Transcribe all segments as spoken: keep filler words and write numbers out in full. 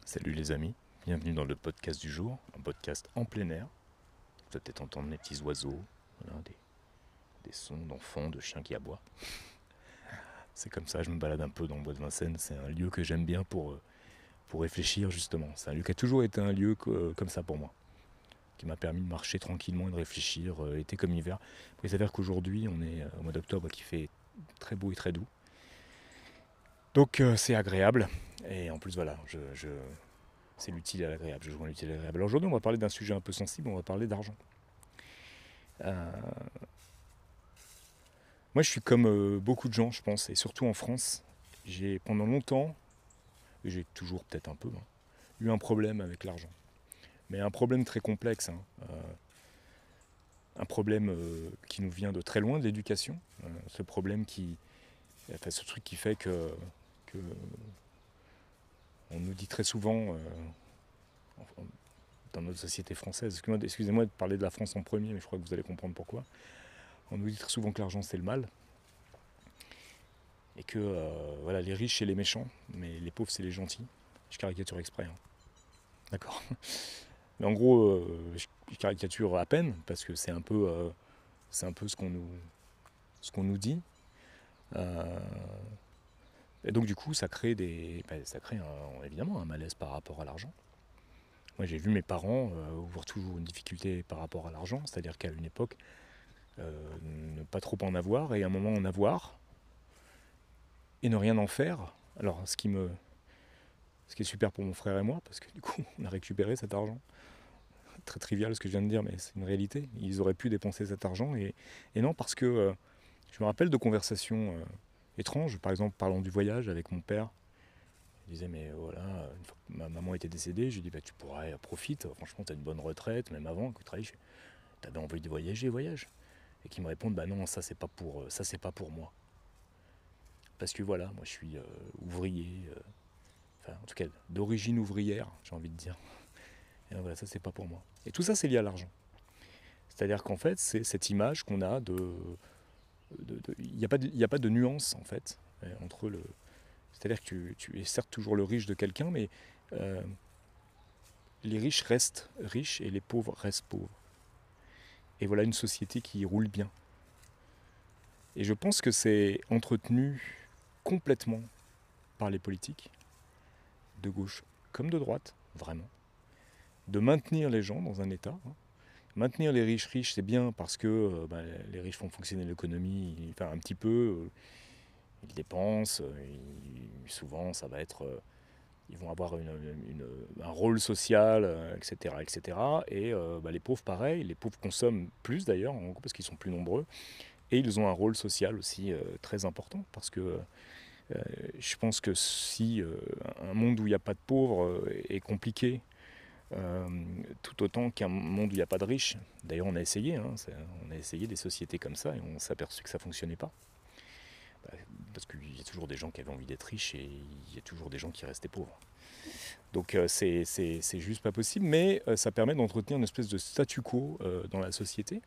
Salut les amis, bienvenue dans le podcast du jour, un podcast en plein air. Vous allez peut-être entendre les petits oiseaux, voilà, des, des sons d'enfants, de chiens qui aboient. C'est comme ça, je me balade un peu dans le bois de Vincennes, c'est un lieu que j'aime bien pour, euh, pour réfléchir justement. C'est un lieu qui a toujours été un lieu euh, comme ça pour moi, qui m'a permis de marcher tranquillement et de réfléchir, euh, été comme hiver. Il s'avère qu'aujourd'hui, on est euh, au mois d'octobre qui fait très beau et très doux. Donc euh, c'est agréable, et en plus voilà, je, je, c'est l'utile à l'agréable, je joins l'utile à l'agréable. Alors aujourd'hui, on va parler d'un sujet un peu sensible, on va parler d'argent. Euh, moi, je suis comme euh, beaucoup de gens, je pense, et surtout en France. J'ai pendant longtemps, et j'ai toujours peut-être un peu, hein, eu un problème avec l'argent. Mais un problème très complexe, hein, euh, un problème euh, qui nous vient de très loin de l'éducation. Euh, ce problème qui, enfin, ce truc qui fait que, que on nous dit très souvent, euh, dans notre société française, excusez-moi, excusez-moi de parler de la France en premier, mais je crois que vous allez comprendre pourquoi. On nous dit très souvent que l'argent c'est le mal, et que euh, voilà, les riches c'est les méchants, mais les pauvres c'est les gentils. Je caricature exprès. Hein. D'accord. Mais en gros, euh, je caricature à peine, parce que c'est un peu, euh, c'est un peu ce qu'on nous, ce qu'on nous dit. Euh, et donc du coup, ça crée, des, ben, ça crée un, évidemment un malaise par rapport à l'argent. Moi j'ai vu mes parents euh, avoir toujours une difficulté par rapport à l'argent, c'est-à-dire qu'à une époque, euh, ne pas trop en avoir, et à un moment en avoir, et ne rien en faire. Alors ce qui me, ce qui est super pour mon frère et moi, parce que du coup on a récupéré cet argent. Très trivial ce que je viens de dire, mais c'est une réalité. Ils auraient pu dépenser cet argent, et, et non, parce que euh, je me rappelle de conversations euh, étranges, par exemple parlant du voyage avec mon père. Il disait, mais voilà, une fois que ma maman était décédée, je lui dis, bah, tu pourrais, profite, franchement tu as une bonne retraite, même avant que tu travailles, tu avais envie de voyager, voyage. Et qu'ils me répondent, bah non, ça c'est pas pour, ça c'est pas pour moi. Parce que voilà, moi je suis euh, ouvrier, euh, enfin en tout cas d'origine ouvrière, j'ai envie de dire. Et donc, voilà, ça c'est pas pour moi. Et tout ça c'est lié à l'argent. C'est-à-dire qu'en fait, c'est cette image qu'on a de. Il n'y a, a pas de nuance en fait entre le. C'est-à-dire que tu, tu es certes toujours le riche de quelqu'un, mais euh, les riches restent riches et les pauvres restent pauvres. Et voilà une société qui roule bien. Et je pense que c'est entretenu complètement par les politiques, de gauche comme de droite, vraiment, de maintenir les gens dans un état. Hein. Maintenir les riches riches, c'est bien parce que euh, bah, les riches font fonctionner l'économie, enfin un petit peu, euh, ils dépensent, euh, ils, souvent ça va être, euh, ils vont avoir une, une, un rôle social, euh, et cetera, et cetera. Et euh, bah, les pauvres, pareil, les pauvres consomment plus d'ailleurs, parce qu'ils sont plus nombreux, et ils ont un rôle social aussi euh, très important, parce que euh, je pense que si euh, un monde où il n'y a pas de pauvres euh, est compliqué, Euh, tout autant qu'un monde où il n'y a pas de riches. D'ailleurs, on a essayé, hein, on a essayé des sociétés comme ça et on s'est aperçu que ça ne fonctionnait pas. Bah, parce qu'il y a toujours des gens qui avaient envie d'être riches et il y a toujours des gens qui restaient pauvres. Donc euh, c'est, c'est, c'est juste pas possible, mais euh, ça permet d'entretenir une espèce de statu quo euh, dans la société.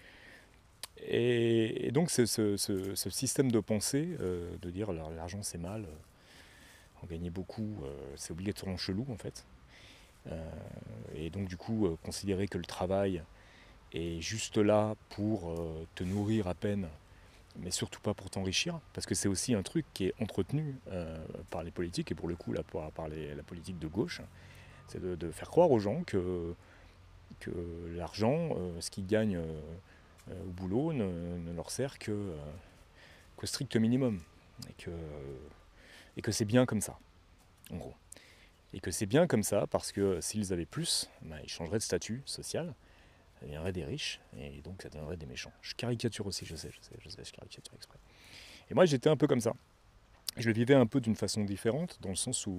Et, et donc ce, ce, ce, ce, système de pensée, euh, de dire l'argent c'est mal, euh, en gagner beaucoup, euh, c'est obligatoirement chelou en fait. Euh, et donc du coup, euh, considérer que le travail est juste là pour euh, te nourrir à peine, mais surtout pas pour t'enrichir, parce que c'est aussi un truc qui est entretenu euh, par les politiques, et pour le coup là, par, par les, la politique de gauche, c'est de, de faire croire aux gens que, que l'argent, euh, ce qu'ils gagnent euh, au boulot, ne, ne leur sert que, euh, qu'au strict minimum, et que, et que c'est bien comme ça, en gros. Et que c'est bien comme ça parce que s'ils avaient plus, bah, ils changeraient de statut social, ça deviendrait des riches, et donc ça deviendrait des méchants. Je caricature aussi, je sais, je sais, je sais, je caricature exprès. Et moi j'étais un peu comme ça. Je le vivais un peu d'une façon différente, dans le sens où,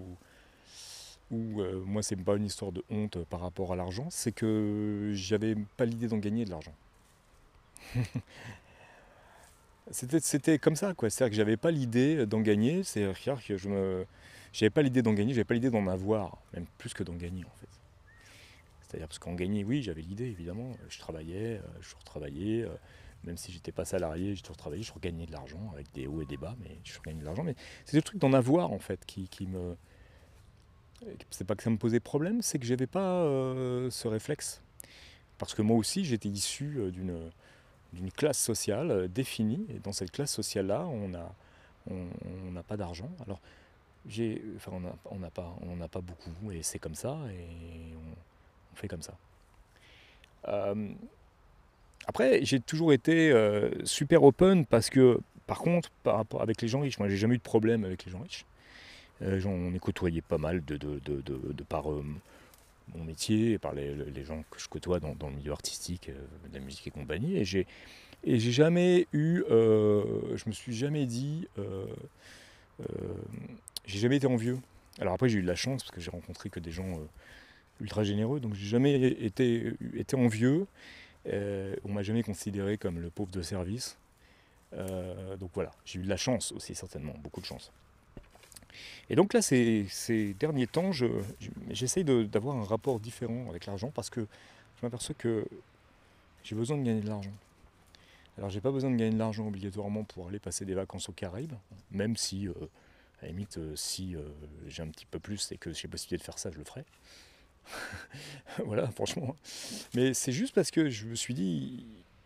où euh, moi c'est pas une histoire de honte par rapport à l'argent, c'est que j'avais pas l'idée d'en gagner de l'argent. C'était, c'était comme ça, quoi. C'est-à-dire que j'avais pas l'idée d'en gagner, c'est-à-dire que je me... J'avais pas l'idée d'en gagner, j'avais pas l'idée d'en avoir, même plus que d'en gagner en fait. C'est-à-dire parce qu'en gagner, oui, j'avais l'idée évidemment. Je travaillais, je retravaillais, même si j'étais pas salarié, j'ai toujours travaillé, je regagnais de l'argent avec des hauts et des bas, mais je regagnais de l'argent. Mais c'est le truc d'en avoir en fait qui, qui me c'est pas que ça me posait problème, c'est que j'avais pas euh, ce réflexe. Parce que moi aussi, j'étais issu euh, d'une d'une classe sociale euh, définie, et dans cette classe sociale-là, on a on on n'a pas d'argent. Alors, j'ai, enfin, on n'a on n'a pas, on n'a pas beaucoup, et c'est comme ça, et on, on fait comme ça. Euh, Après, j'ai toujours été euh, super open parce que, par contre, par rapport avec les gens riches, moi, j'ai jamais eu de problème avec les gens riches. Euh, j'en ai côtoyé pas mal de, de, de, de, de par euh, mon métier, et par les, les gens que je côtoie dans, dans le milieu artistique, euh, de la musique et compagnie, et j'ai et j'ai jamais eu, euh, je me suis jamais dit, euh, euh, j'ai jamais été envieux. Alors après, j'ai eu de la chance parce que j'ai rencontré que des gens euh, ultra généreux, donc j'ai jamais été, été envieux. Euh, on m'a jamais considéré comme le pauvre de service. Euh, donc voilà, j'ai eu de la chance aussi, certainement, beaucoup de chance. Et donc là, ces, ces derniers temps, je, je- j'essaye de- d'avoir un rapport différent avec l'argent parce que je m'aperçois que j'ai besoin de gagner de l'argent. Alors j'ai pas besoin de gagner de l'argent obligatoirement pour aller passer des vacances aux Caraïbes, même si, euh, à la limite, euh, si euh, j'ai un petit peu plus et que j'ai possibilité de faire ça, je le ferai. Voilà, franchement. Mais c'est juste parce que je me suis dit,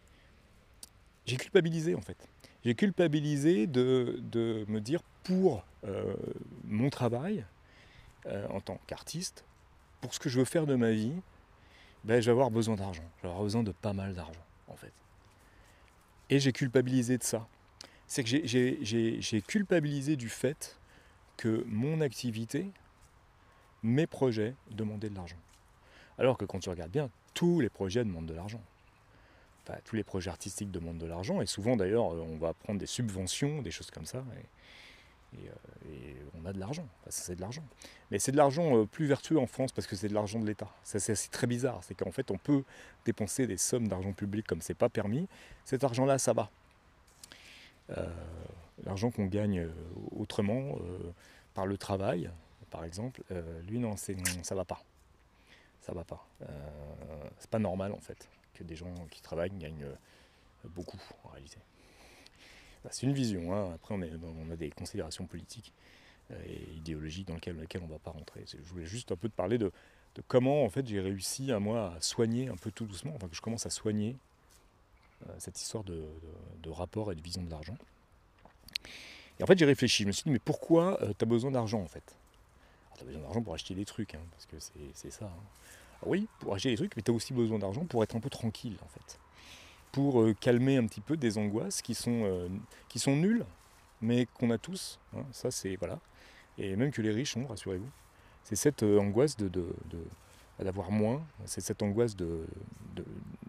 j'ai culpabilisé en fait. J'ai culpabilisé de, de me dire pour euh, mon travail euh, en tant qu'artiste, pour ce que je veux faire de ma vie, ben, je vais avoir besoin d'argent. Je vais avoir besoin de pas mal d'argent en fait. Et j'ai culpabilisé de ça. C'est que j'ai, j'ai, j'ai, j'ai culpabilisé du fait que mon activité, mes projets demandaient de l'argent. Alors que quand tu regardes bien, tous les projets demandent de l'argent. Enfin, tous les projets artistiques demandent de l'argent, et souvent d'ailleurs, on va prendre des subventions, des choses comme ça, et, et, euh, et on a de l'argent. Enfin, ça, c'est de l'argent. Mais c'est de l'argent euh, plus vertueux en France parce que c'est de l'argent de l'État. Ça, c'est, c'est très bizarre. C'est qu'en fait, on peut dépenser des sommes d'argent public comme c'est pas permis. Cet argent-là, ça va. Euh, L'argent qu'on gagne euh, autrement, euh, par le travail, par exemple, euh, lui, non, c'est, ça va pas. Ça va pas. Euh, c'est pas normal en fait que des gens qui travaillent gagnent euh, beaucoup en réalité. Bah, c'est une vision, hein. Après on, est, on, a des considérations politiques euh, et idéologiques dans lesquelles, dans lesquelles on ne va pas rentrer. Je voulais juste un peu te parler de, de comment en fait j'ai réussi à moi à soigner un peu tout doucement, enfin que je commence à soigner euh, cette histoire de, de, de rapport et de vision de l'argent. Et en fait j'ai réfléchi, je me suis dit mais pourquoi euh, tu as besoin d'argent en fait? Tu as besoin d'argent pour acheter des trucs, hein, parce que c'est, c'est ça. Hein. Alors oui, pour acheter des trucs, mais tu as aussi besoin d'argent pour être un peu tranquille en fait. Pour euh, calmer un petit peu des angoisses qui sont, euh, qui sont nulles, mais qu'on a tous. Hein, ça, c'est voilà. Et même que les riches ont, rassurez-vous. C'est cette euh, angoisse de, de, de- d'avoir moins. C'est cette angoisse de, de-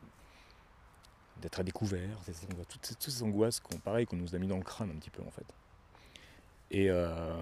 d'être à découvert. C'est cette angoisse- toutes, ces, toutes ces angoisses qu'on, pareil, qu'on nous a mis dans le crâne un petit peu en fait. Et euh,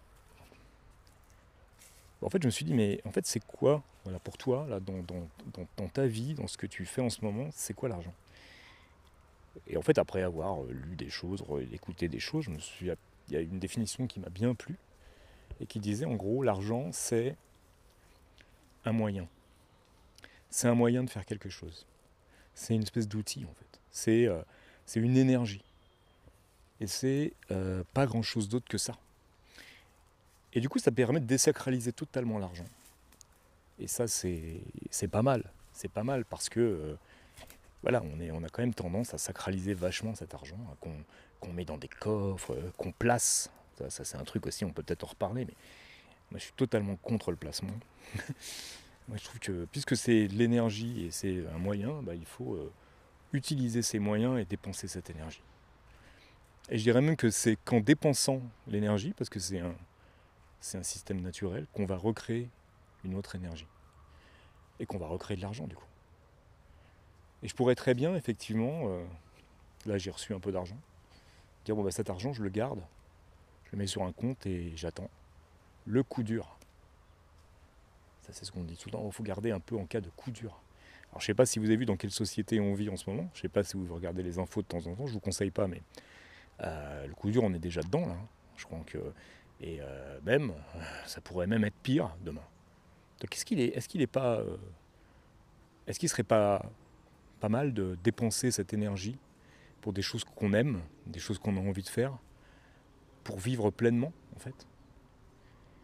en fait, je me suis dit, mais en fait, c'est quoi, voilà, pour toi, là, dans, dans, dans, dans ta vie, dans ce que tu fais en ce moment, c'est quoi l'argent? Et en fait, après avoir lu des choses, écouté des choses, je me suis, il y a une définition qui m'a bien plu et qui disait en gros, l'argent, c'est un moyen. C'est un moyen de faire quelque chose. C'est une espèce d'outil en fait. C'est euh, c'est une énergie. Et c'est euh, pas grand chose d'autre que ça. Et du coup, ça permet de désacraliser totalement l'argent. Et ça, c'est c'est pas mal. C'est pas mal parce que euh, voilà, on, est, on a quand même tendance à sacraliser vachement cet argent, hein, qu'on qu'on met dans des coffres, euh, qu'on place. Ça, ça, c'est un truc aussi, on peut peut-être en reparler, mais moi je suis totalement contre le placement. Moi je trouve que puisque c'est de l'énergie et c'est un moyen, bah, il faut euh, utiliser ces moyens et dépenser cette énergie. Et je dirais même que c'est qu'en dépensant l'énergie, parce que c'est un, c'est un système naturel, qu'on va recréer une autre énergie. Et qu'on va recréer de l'argent du coup. Et je pourrais très bien, effectivement, euh, là j'ai reçu un peu d'argent, dire bon bah cet argent je le garde, je le mets sur un compte et j'attends. Le coup dur. Ça c'est ce qu'on dit tout le temps, il faut garder un peu en cas de coup dur. Alors je sais pas si vous avez vu dans quelle société on vit en ce moment, je sais pas si vous regardez les infos de temps en temps, je vous conseille pas, mais euh, le coup dur on est déjà dedans là. Je crois que. Et euh, même, ça pourrait même être pire demain. Donc est-ce qu'il est, est-ce qu'il est pas. Euh, est-ce qu'il serait pas, pas mal de dépenser cette énergie pour des choses qu'on aime, des choses qu'on a envie de faire, pour vivre pleinement en fait?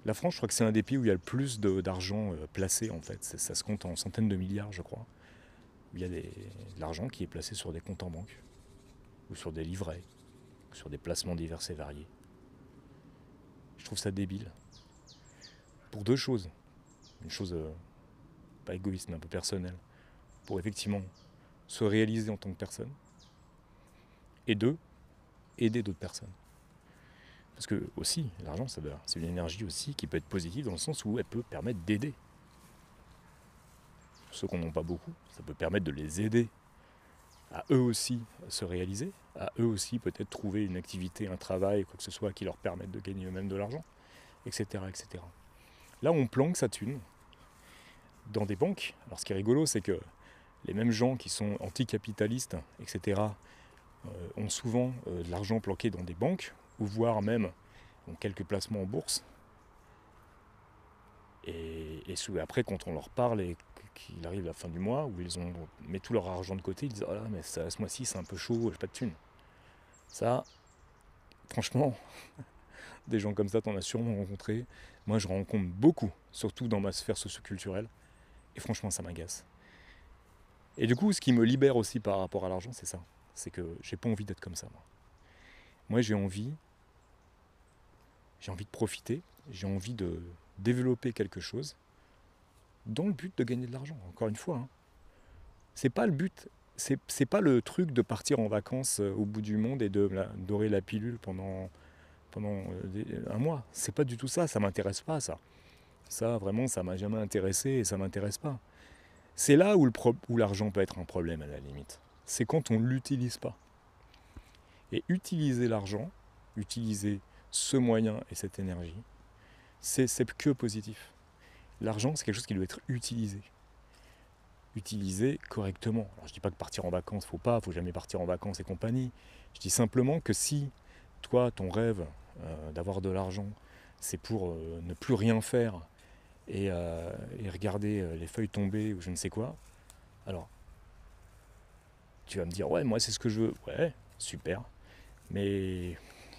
La France, je crois que c'est un des pays où il y a le plus de- d'argent euh, placé en fait. Ça, ça se compte en centaines de milliards, je crois. Il y a des- de l'argent qui est placé sur des comptes en banque, ou sur des livrets, ou sur des placements divers et variés. Je trouve ça débile. Pour deux choses. Une chose, euh, pas égoïste, mais un peu personnelle. Pour effectivement se réaliser en tant que personne. Et deux, aider d'autres personnes. Parce que aussi, l'argent, ça doit- c'est une énergie aussi qui peut être positive dans le sens où elle peut permettre d'aider. Ceux qui n'en ont pas beaucoup, ça peut permettre de les aider à eux aussi se réaliser, à eux aussi peut-être trouver une activité, un travail, quoi que ce soit qui leur permette de gagner eux-mêmes de l'argent, et cetera, et cetera. Là, on planque sa thune dans des banques. Alors, ce qui est rigolo, c'est que les mêmes gens qui sont anticapitalistes, et cetera, euh, ont souvent euh, de l'argent planqué dans des banques, ou voire même ont quelques placements en bourse. Et, et sous- après, quand on leur parle et qu'il arrive la fin du mois, où ils ont mis tout leur argent de côté, ils disent « Oh là, mais ça, ce mois-ci, c'est un peu chaud, j'ai pas de thunes. » Ça, franchement, des gens comme ça, t'en as sûrement rencontré. Moi, je rencontre beaucoup, surtout dans ma sphère socioculturelle. Et franchement, ça m'agace. Et du coup, ce qui me libère aussi par rapport à l'argent, c'est ça. C'est que j'ai pas envie d'être comme ça, moi. Moi, j'ai envie, j'ai envie de profiter, j'ai envie de développer quelque chose dans le but de gagner de l'argent. Encore une fois, hein. C'est pas le but, c'est, c'est pas le truc de partir en vacances euh, au bout du monde et de la, dorer la pilule pendant, pendant euh, des- un mois. C'est pas du tout ça, ça m'intéresse pas, ça. Ça, vraiment, ça m'a jamais intéressé et ça m'intéresse pas. C'est là où, le pro- où l'argent peut être un problème, à la limite. C'est quand on ne l'utilise pas. Et utiliser l'argent, utiliser ce moyen et cette énergie, c'est, c'est que positif. L'argent, c'est quelque chose qui doit être utilisé. Utilisé correctement. Alors, je dis pas que partir en vacances, faut pas, faut jamais partir en vacances et compagnie. Je dis simplement que si toi, ton rêve euh, d'avoir de l'argent, c'est pour euh, ne plus rien faire et, euh, et regarder euh, les feuilles tomber ou je ne sais quoi, alors tu vas me dire ouais, moi c'est ce que je veux. Ouais, super. Mais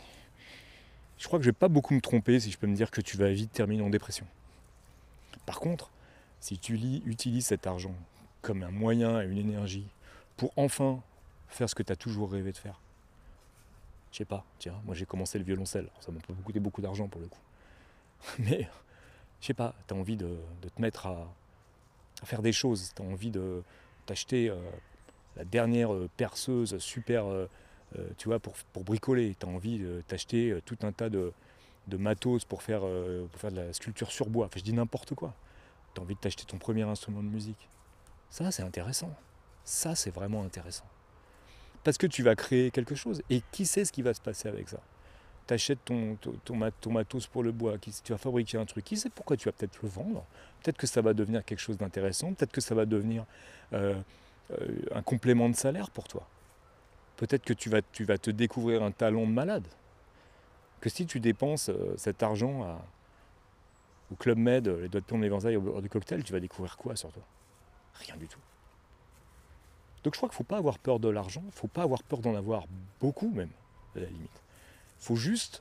je crois que je vais pas beaucoup me tromper si je peux me dire que tu vas vite terminer en dépression. Par contre, si tu lis, utilises cet argent comme un moyen et une énergie pour enfin faire ce que tu as toujours rêvé de faire, je sais pas, tiens, moi j'ai commencé le violoncelle, ça m'a pas coûté beaucoup d'argent pour le coup. Mais je sais pas, tu as envie de, de te mettre à, à faire des choses, tu as envie de t'acheter euh, la dernière euh, perceuse super, euh, euh, tu vois, pour, pour bricoler, tu as envie de t'acheter euh, tout un tas de, de matos pour faire, euh, pour faire de la sculpture sur bois, enfin je dis n'importe quoi. Tu as envie de t'acheter ton premier instrument de musique. Ça, c'est intéressant. Ça, c'est vraiment intéressant. Parce que tu vas créer quelque chose. Et qui sait ce qui va se passer avec ça? Tu achètes ton, ton, ton, ton matos pour le bois, qui, tu vas fabriquer un truc. Qui sait pourquoi tu vas peut-être le vendre? Peut-être que ça va devenir quelque chose d'intéressant. Peut-être que ça va devenir euh, euh, un complément de salaire pour toi. Peut-être que tu vas, tu vas te découvrir un talent de malade. Que si tu dépenses euh, cet argent à, au Club Med, les doigts de pion de l'éventail au bord du cocktail, tu vas découvrir quoi sur toi? Rien du tout. Donc je crois qu'il ne faut pas avoir peur de l'argent, il ne faut pas avoir peur d'en avoir beaucoup même, à la limite. Il faut juste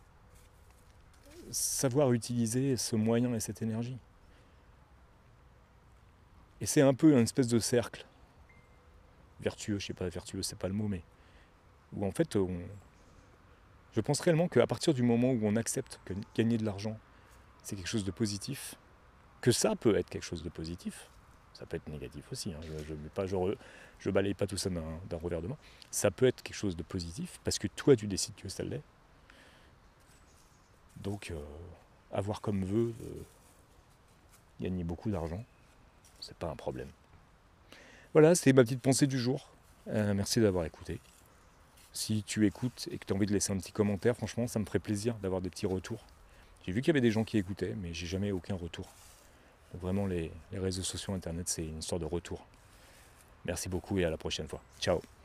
savoir utiliser ce moyen et cette énergie. Et c'est un peu une espèce de cercle vertueux, je ne sais pas, vertueux c'est pas le mot, mais où en fait, on... je pense réellement qu'à partir du moment où on accepte que gagner de l'argent, c'est quelque chose de positif, que ça peut être quelque chose de positif, ça peut être négatif aussi, hein, je ne pas, je, je balaye pas tout ça d'un, d'un revers de main, ça peut être quelque chose de positif, parce que toi tu décides que ça l'est. Donc, euh, avoir comme vœu de gagner beaucoup d'argent, c'est pas un problème. Voilà, c'était ma petite pensée du jour. Euh, merci d'avoir écouté. Si tu écoutes et que tu as envie de laisser un petit commentaire, franchement, ça me ferait plaisir d'avoir des petits retours. J'ai vu qu'il y avait des gens qui écoutaient, mais j'ai jamais aucun retour. Donc vraiment, les, les réseaux sociaux, Internet, c'est une sorte de retour. Merci beaucoup et à la prochaine fois. Ciao.